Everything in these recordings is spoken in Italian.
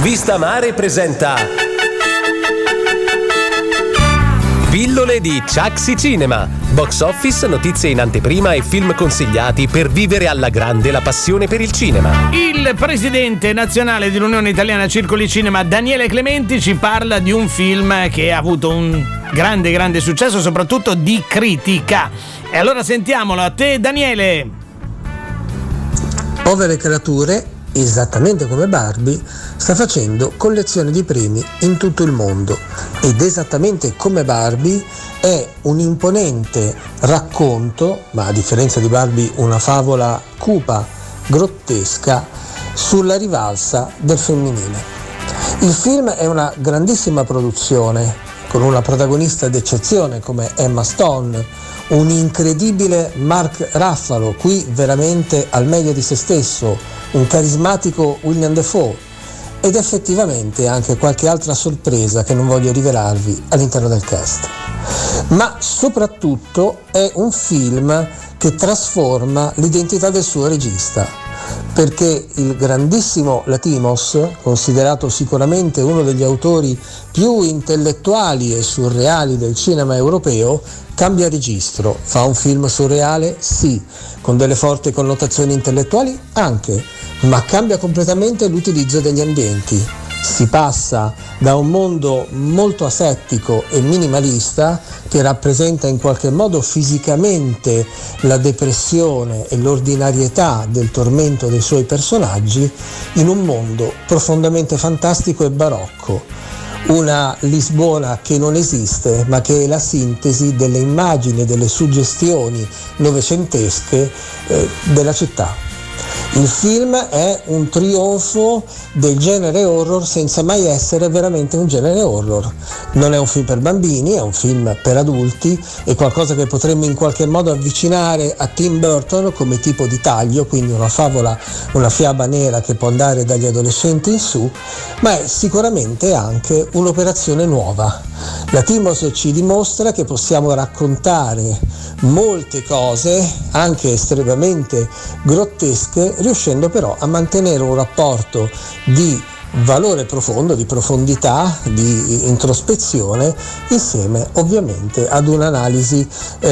Vista Mare presenta Pillole di Ciaxi Cinema. Box office, notizie in anteprima e film consigliati per vivere alla grande la passione per il cinema. Il presidente nazionale dell'Unione Italiana Circoli Cinema, Daniele Clementi, ci parla di un film che ha avuto un grande successo, soprattutto di critica. E allora sentiamolo, a te Daniele. Povere creature, esattamente come Barbie, sta facendo collezione di premi in tutto il mondo ed esattamente come Barbie è un imponente racconto, ma a differenza di Barbie una favola cupa, grottesca, sulla rivalsa del femminile. Il film è una grandissima produzione con una protagonista d'eccezione come Emma Stone, un incredibile Mark Ruffalo, qui veramente al meglio di se stesso, un carismatico William Dafoe ed effettivamente anche qualche altra sorpresa che non voglio rivelarvi all'interno del cast. Ma soprattutto è un film che trasforma l'identità del suo regista, perché il grandissimo Lanthimos, considerato sicuramente uno degli autori più intellettuali e surreali del cinema europeo, cambia registro, fa un film surreale, sì, con delle forti connotazioni intellettuali anche, ma cambia completamente l'utilizzo degli ambienti. Si passa da un mondo molto asettico e minimalista, che rappresenta in qualche modo fisicamente la depressione e l'ordinarietà del tormento dei suoi personaggi, in un mondo profondamente fantastico e barocco. Una Lisbona che non esiste, ma che è la sintesi delle immagini e delle suggestioni novecentesche della città. Il film è un trionfo del genere horror senza mai essere veramente un genere horror. Non è un film per bambini, è un film per adulti, è qualcosa che potremmo in qualche modo avvicinare a Tim Burton come tipo di taglio, quindi una favola, una fiaba nera che può andare dagli adolescenti in su, ma è sicuramente anche un'operazione nuova. Lanthimos ci dimostra che possiamo raccontare molte cose, anche estremamente grottesche, riuscendo però a mantenere un rapporto di valore profondo, di profondità, di introspezione, insieme ovviamente ad un'analisi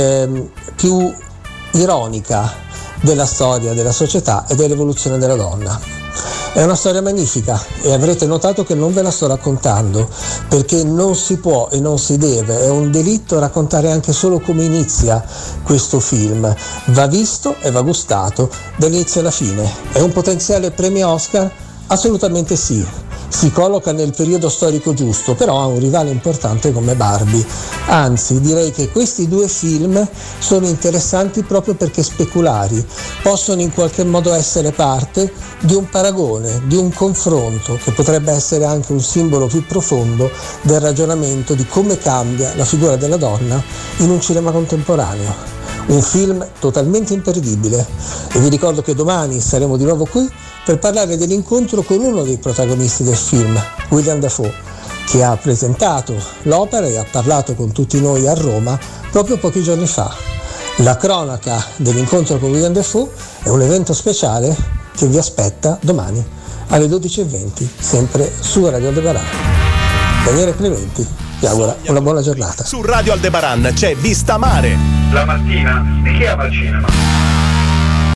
più ironica della storia, della società e dell'evoluzione della donna. È una storia magnifica e avrete notato che non ve la sto raccontando perché non si può e non si deve, è un delitto raccontare anche solo come inizia questo film. Va visto e va gustato dall'inizio alla fine. È un potenziale premio Oscar? Assolutamente sì. Si colloca nel periodo storico giusto, però ha un rivale importante come Barbie. Anzi, direi che questi due film sono interessanti proprio perché speculari, possono in qualche modo essere parte di un paragone, di un confronto che potrebbe essere anche un simbolo più profondo del ragionamento di come cambia la figura della donna in un cinema contemporaneo. Un film totalmente imperdibile e vi ricordo che domani saremo di nuovo qui per parlare dell'incontro con uno dei protagonisti del film, William Dafoe, che ha presentato l'opera e ha parlato con tutti noi a Roma proprio pochi giorni fa. La cronaca dell'incontro con William Dafoe è un evento speciale che vi aspetta domani alle 12:20, sempre su Radio Aldebaran. Daniele Clementi vi augura una buona giornata. Su Radio Aldebaran c'è Vista Mare. La mattina di chi ama il cinema?